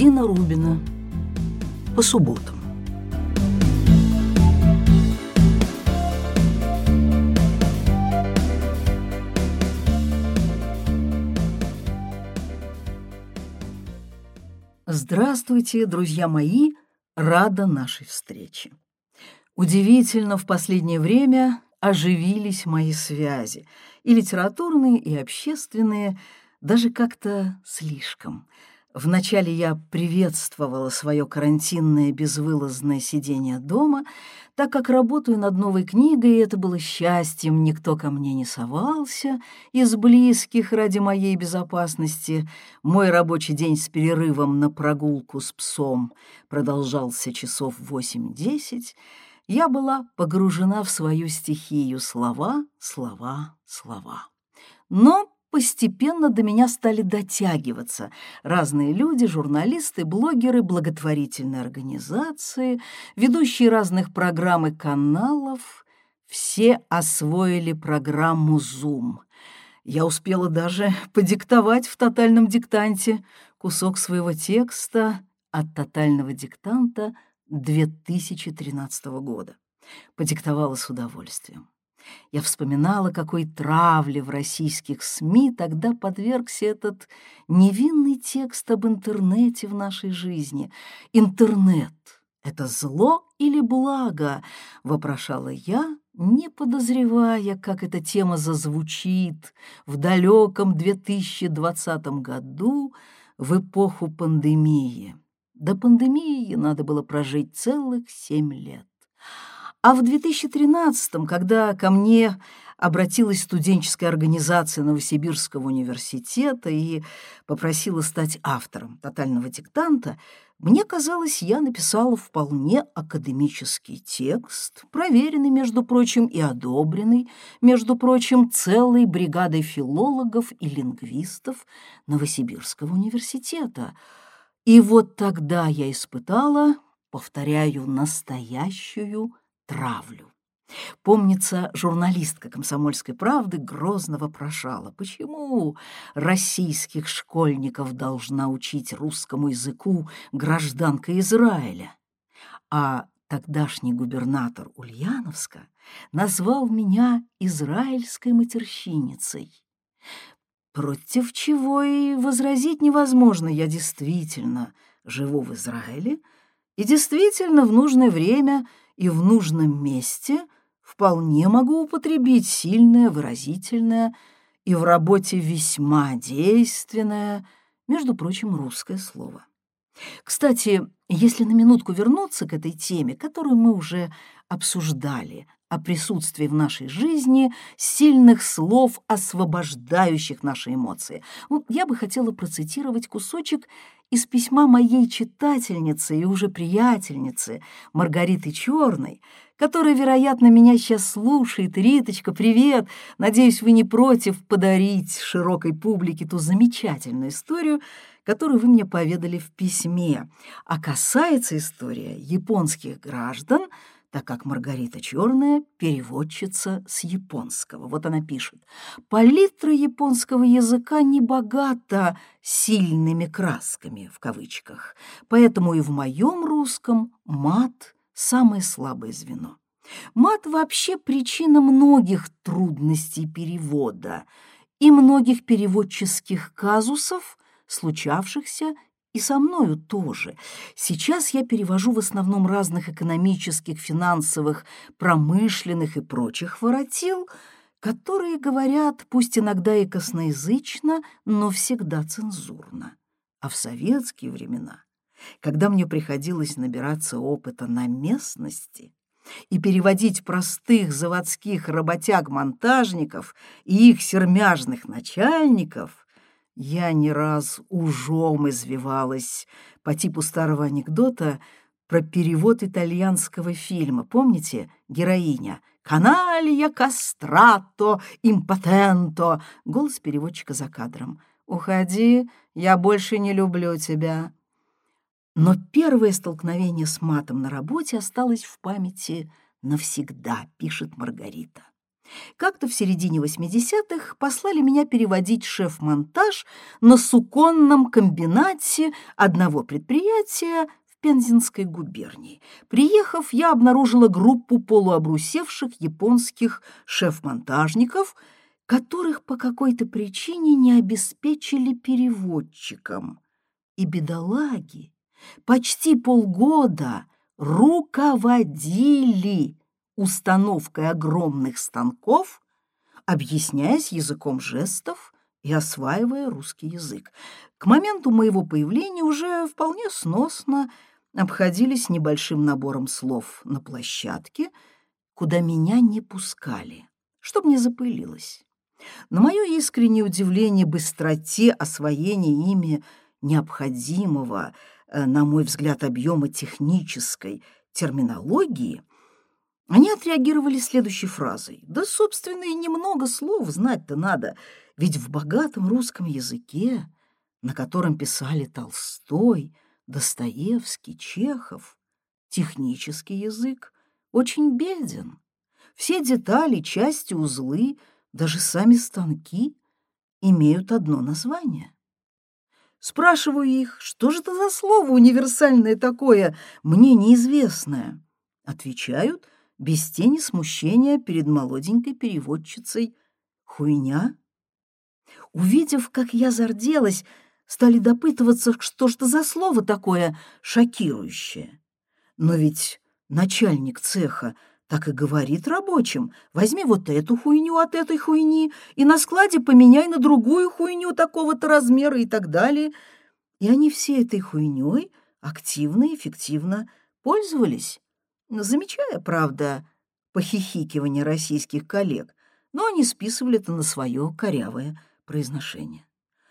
Дина Рубина. По субботам. Здравствуйте, друзья мои! Рада нашей встрече. Удивительно, в последнее время оживились мои связи, и литературные, и общественные, даже как-то слишком. Вначале я приветствовала свое карантинное безвылазное сидение дома, так как работаю над новой книгой, и это было счастьем, никто ко мне не совался из близких ради моей безопасности. Мой рабочий день с перерывом на прогулку с псом продолжался часов 8-10. Я была погружена в свою стихию: слова, слова, слова. Но постепенно до меня стали дотягиваться разные люди, журналисты, блогеры, благотворительные организации, ведущие разных программ и каналов. Все освоили программу Zoom. Я успела даже подиктовать в тотальном диктанте кусок своего текста от тотального диктанта 2013 года. Подиктовала с удовольствием. Я вспоминала, какой травле в российских СМИ тогда подвергся этот невинный текст об интернете в нашей жизни. «Интернет — это зло или благо?» — вопрошала я, не подозревая, как эта тема зазвучит в далеком 2020 году, в эпоху пандемии. До пандемии надо было прожить целых 7 лет. А в 2013-м, когда ко мне обратилась студенческая организация Новосибирского университета и попросила стать автором тотального диктанта, мне казалось, я написала вполне академический текст, проверенный, между прочим, и одобренный, между прочим, целой бригадой филологов и лингвистов Новосибирского университета. И вот тогда я испытала, повторяю, настоящую травлю. Помнится, журналистка «Комсомольской правды» грозно вопрошала: почему российских школьников должна учить русскому языку гражданка Израиля? А тогдашний губернатор Ульяновска назвал меня израильской матерщиницей. Против чего и возразить невозможно. Я действительно живу в Израиле, и действительно в нужное время и в нужном месте вполне могу употребить сильное, выразительное и в работе весьма действенное, между прочим, русское слово. Кстати, если на минутку вернуться к этой теме, которую мы уже обсуждали, о присутствии в нашей жизни сильных слов, освобождающих наши эмоции, я бы хотела процитировать кусочек из письма моей читательницы и уже приятельницы Маргариты Черной, которая, вероятно, меня сейчас слушает. Риточка, привет! Надеюсь, вы не против подарить широкой публике ту замечательную историю, которую вы мне поведали в письме. А касается история японских граждан, так как Маргарита Черная — переводчица с японского. Вот она пишет: «Палитра японского языка не богата сильными красками, в кавычках, поэтому и в моем русском мат — самое слабое звено. Мат вообще причина многих трудностей перевода и многих переводческих казусов, случавшихся и со мною тоже. Сейчас я перевожу в основном разных экономических, финансовых, промышленных и прочих воротил, которые говорят, пусть иногда и косноязычно, но всегда цензурно. А в советские времена, когда мне приходилось набираться опыта на местности и переводить простых заводских работяг-монтажников и их сермяжных начальников, я не раз ужом извивалась по типу старого анекдота про перевод итальянского фильма. Помните, героиня «Каналья кастрато импотенто», голос переводчика за кадром: «Уходи, я больше не люблю тебя». Но первое столкновение с матом на работе осталось в памяти навсегда, пишет Маргарита. Как-то в середине 80-х послали меня переводить шеф-монтаж на суконном комбинате одного предприятия в Пензенской губернии. Приехав, я обнаружила группу полуобрусевших японских шеф-монтажников, которых по какой-то причине не обеспечили переводчиком. И бедолаги почти полгода руководили установкой огромных станков, объясняясь языком жестов и осваивая русский язык. К моменту моего появления уже вполне сносно обходились небольшим набором слов на площадке, куда меня не пускали, чтоб не запылилось. На мое искреннее удивление быстроте освоения ими необходимого, на мой взгляд, объема технической терминологии, они отреагировали следующей фразой: «Да, собственно, и немного слов знать-то надо, ведь в богатом русском языке, на котором писали Толстой, Достоевский, Чехов, технический язык очень беден. Все детали, части, узлы, даже сами станки имеют одно название». Спрашиваю их, что же это за слово универсальное такое, мне неизвестное. Отвечают без тени смущения перед молоденькой переводчицей: «Хуйня». Увидев, как я зарделась, стали допытываться, что ж это за слово такое шокирующее. Но ведь начальник цеха так и говорит рабочим: возьми вот эту хуйню от этой хуйни и на складе поменяй на другую хуйню такого-то размера и так далее. И они всей этой хуйней активно и эффективно пользовались, замечая, правда, похихикивание российских коллег, но они списывали это на свое корявое произношение.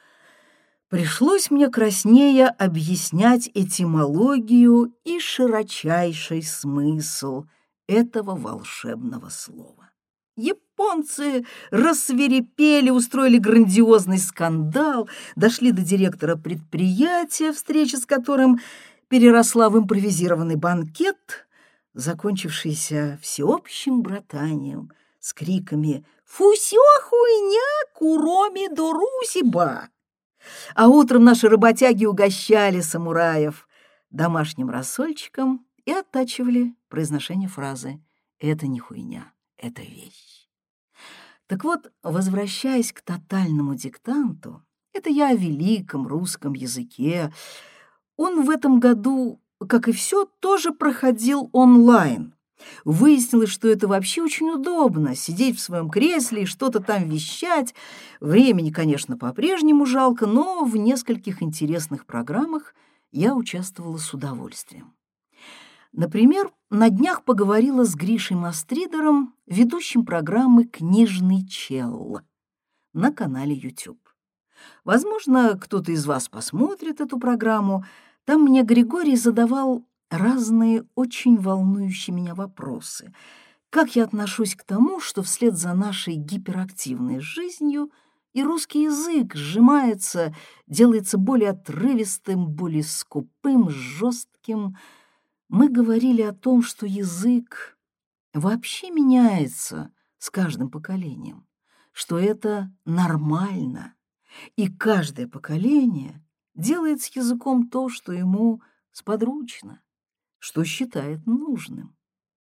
Пришлось мне краснея объяснять этимологию и широчайший смысл этого волшебного слова. Японцы рассвирепели, устроили грандиозный скандал, дошли до директора предприятия, встреча с которым переросла в импровизированный банкет, закончившийся всеобщим братанием с криками «Фусё хуйня, куроми дорусиба!». А утром наши работяги угощали самураев домашним рассольчиком и оттачивали произношение фразы «это не хуйня, это вещь». Так вот, возвращаясь к тотальному диктанту, это я о великом русском языке. Он в этом году, как и все, тоже проходил онлайн. Выяснилось, что это вообще очень удобно — сидеть в своем кресле и что-то там вещать. Времени, конечно, по-прежнему жалко, но в нескольких интересных программах я участвовала с удовольствием. Например, на днях поговорила с Гришей Мастридером, ведущим программы «Книжный чел» на канале YouTube. Возможно, кто-то из вас посмотрит эту программу. Там мне Григорий задавал разные очень волнующие меня вопросы. Как я отношусь к тому, что вслед за нашей гиперактивной жизнью и русский язык сжимается, делается более отрывистым, более скупым, жестким. Мы говорили о том, что язык вообще меняется с каждым поколением, что это нормально, и каждое поколение делает с языком то, что ему сподручно, что считает нужным.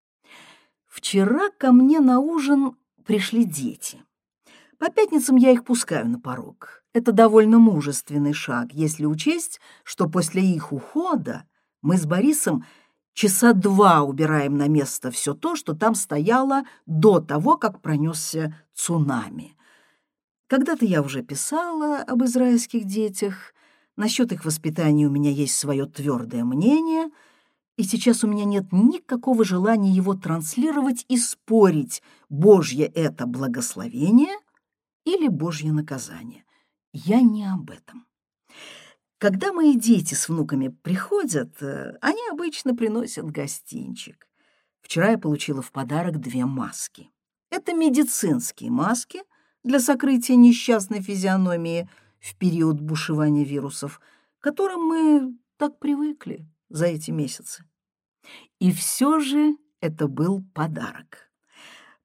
Вчера ко мне на ужин пришли дети. По пятницам я их пускаю на порог. Это довольно мужественный шаг, если учесть, что после их ухода мы с Борисом часа 2 убираем на место все то, что там стояло до того, как пронесся цунами. Когда-то я уже писала об израильских детях. Насчет их воспитания у меня есть свое твердое мнение, и сейчас у меня нет никакого желания его транслировать и спорить, Божье это благословение или Божье наказание. Я не об этом. Когда мои дети с внуками приходят, они обычно приносят гостинчик. Вчера я получила в подарок 2 маски. Это медицинские маски для сокрытия несчастной физиономии в период бушевания вирусов, к которым мы так привыкли за эти месяцы. И все же это был подарок.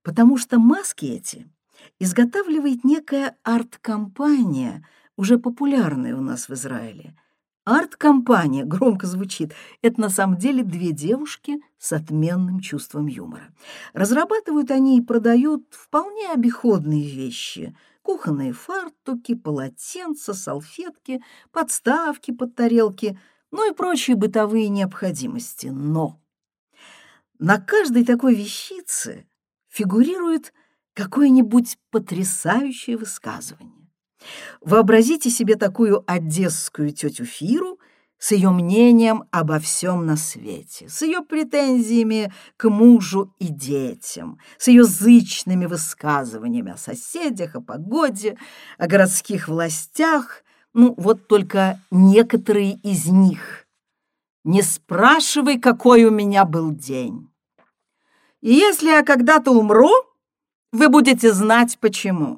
Потому что маски эти изготавливает некая арт-компания, уже популярная у нас в Израиле. Арт-компания, громко звучит, это на самом деле две девушки с отменным чувством юмора. Разрабатывают они и продают вполне обиходные вещи: кухонные фартуки, полотенца, салфетки, подставки под тарелки, ну и прочие бытовые необходимости. Но на каждой такой вещице фигурирует какое-нибудь потрясающее высказывание. Вообразите себе такую одесскую тетю Фиру с ее мнением обо всем на свете, с ее претензиями к мужу и детям, с ее зычными высказываниями о соседях, о погоде, о городских властях. Ну, вот только некоторые из них. «Не спрашивай, какой у меня был день. И если я когда-то умру, вы будете знать, почему».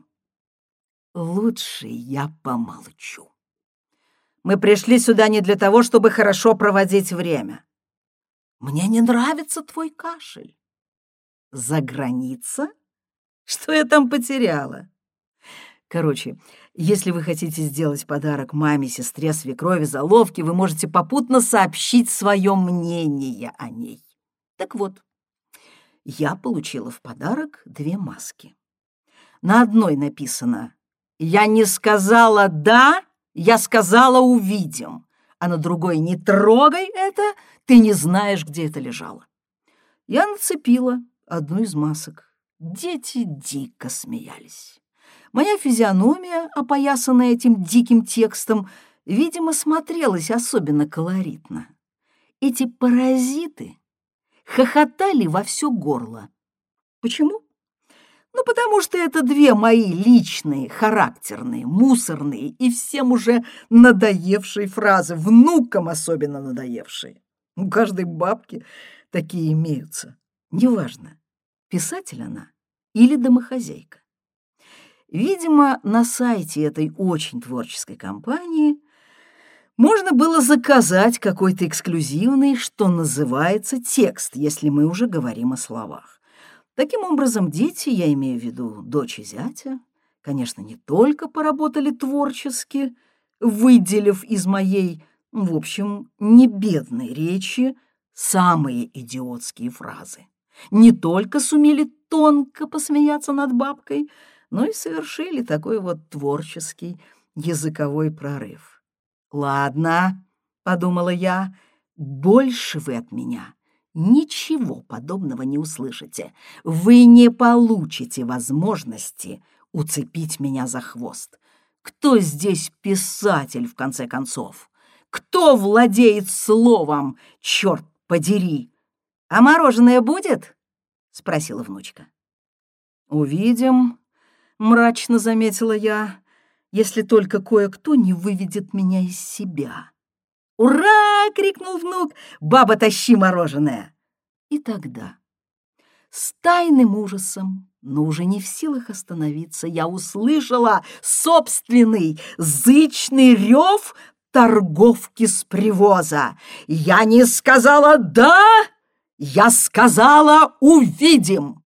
Лучше я помолчу. Мы пришли сюда не для того, чтобы хорошо проводить время. Мне не нравится твой кашель. За граница? Что я там потеряла? Короче, если вы хотите сделать подарок маме, сестре, свекрови, заловке, вы можете попутно сообщить свое мнение о ней. Так вот, я получила в подарок 2 маски. На одной написано: «Я не сказала «да», я сказала «увидим», а на другой: «Не трогай это, ты не знаешь, где это лежало». Я нацепила одну из масок. Дети дико смеялись. Моя физиономия, опоясанная этим диким текстом, видимо, смотрелась особенно колоритно. Эти паразиты хохотали во все горло. Почему? Ну, потому что это 2 мои личные, характерные, мусорные и всем уже надоевшие фразы, внукам особенно надоевшие. У каждой бабки такие имеются. Неважно, писатель она или домохозяйка. Видимо, на сайте этой очень творческой компании можно было заказать какой-то эксклюзивный, что называется, текст, если мы уже говорим о словах. Таким образом, дети, я имею в виду дочь и зятя, конечно, не только поработали творчески, выделив из моей, в общем, не бедной речи самые идиотские фразы, не только сумели тонко посмеяться над бабкой, но и совершили такой вот творческий языковой прорыв. «Ладно», — подумала я, — «больше вы от меня ничего подобного не услышите. Вы не получите возможности уцепить меня за хвост. Кто здесь писатель, в конце концов? Кто владеет словом, черт подери? А мороженое будет?» — спросила внучка. «Увидим», — мрачно заметила я, — «если только кое-кто не выведет меня из себя». «Ура!» — крикнул внук. «Баба, тащи мороженое!» И тогда, с тайным ужасом, но уже не в силах остановиться, я услышала собственный зычный рев торговки с привоза. Я не сказала «да», я сказала «увидим».